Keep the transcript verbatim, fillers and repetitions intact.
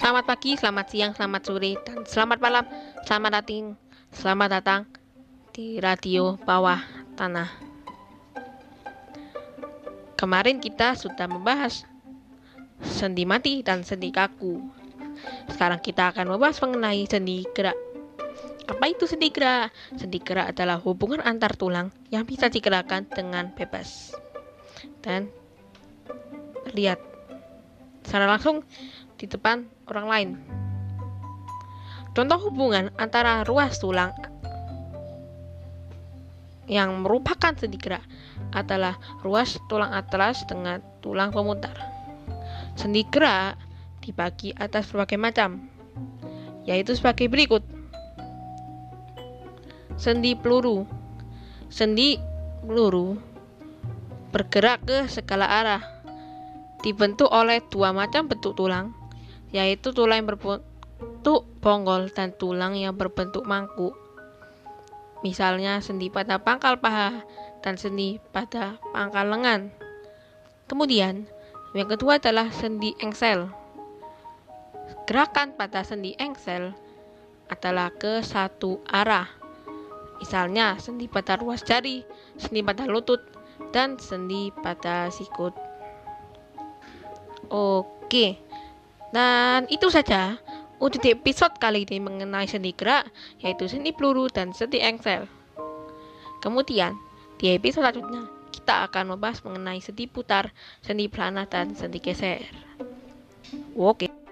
Selamat pagi, selamat siang, selamat sore, dan selamat malam. Selamat datang, selamat datang di radio bawah tanah. Kemarin kita sudah membahas sendi mati dan sendi kaku. Sekarang kita akan membahas mengenai sendi gerak. Apa itu sendi gerak? Sendi gerak adalah hubungan antar tulang yang bisa digerakkan dengan bebas. Dan lihat secara langsung di depan orang lain. Contoh hubungan antara ruas tulang yang merupakan sendi gerak adalah ruas tulang atlas dengan tulang pemutar. Sendi gerak dibagi atas berbagai macam, yaitu sebagai berikut. Sendi peluru. Sendi peluru bergerak ke segala arah, dibentuk oleh dua macam bentuk tulang, yaitu tulang yang berbentuk bonggol dan tulang yang berbentuk mangkuk. Misalnya sendi pada pangkal paha dan sendi pada pangkal lengan. Kemudian, yang kedua adalah sendi engsel. Gerakan pada sendi engsel adalah ke satu arah. Misalnya sendi pada ruas jari, sendi pada lutut, dan sendi pada sikut. Oke, dan itu saja untuk episode kali ini mengenai sendi gerak, yaitu sendi peluru dan sendi engsel. Kemudian di episode selanjutnya kita akan membahas mengenai sendi putar, sendi pelana, dan sendi geser. Oke.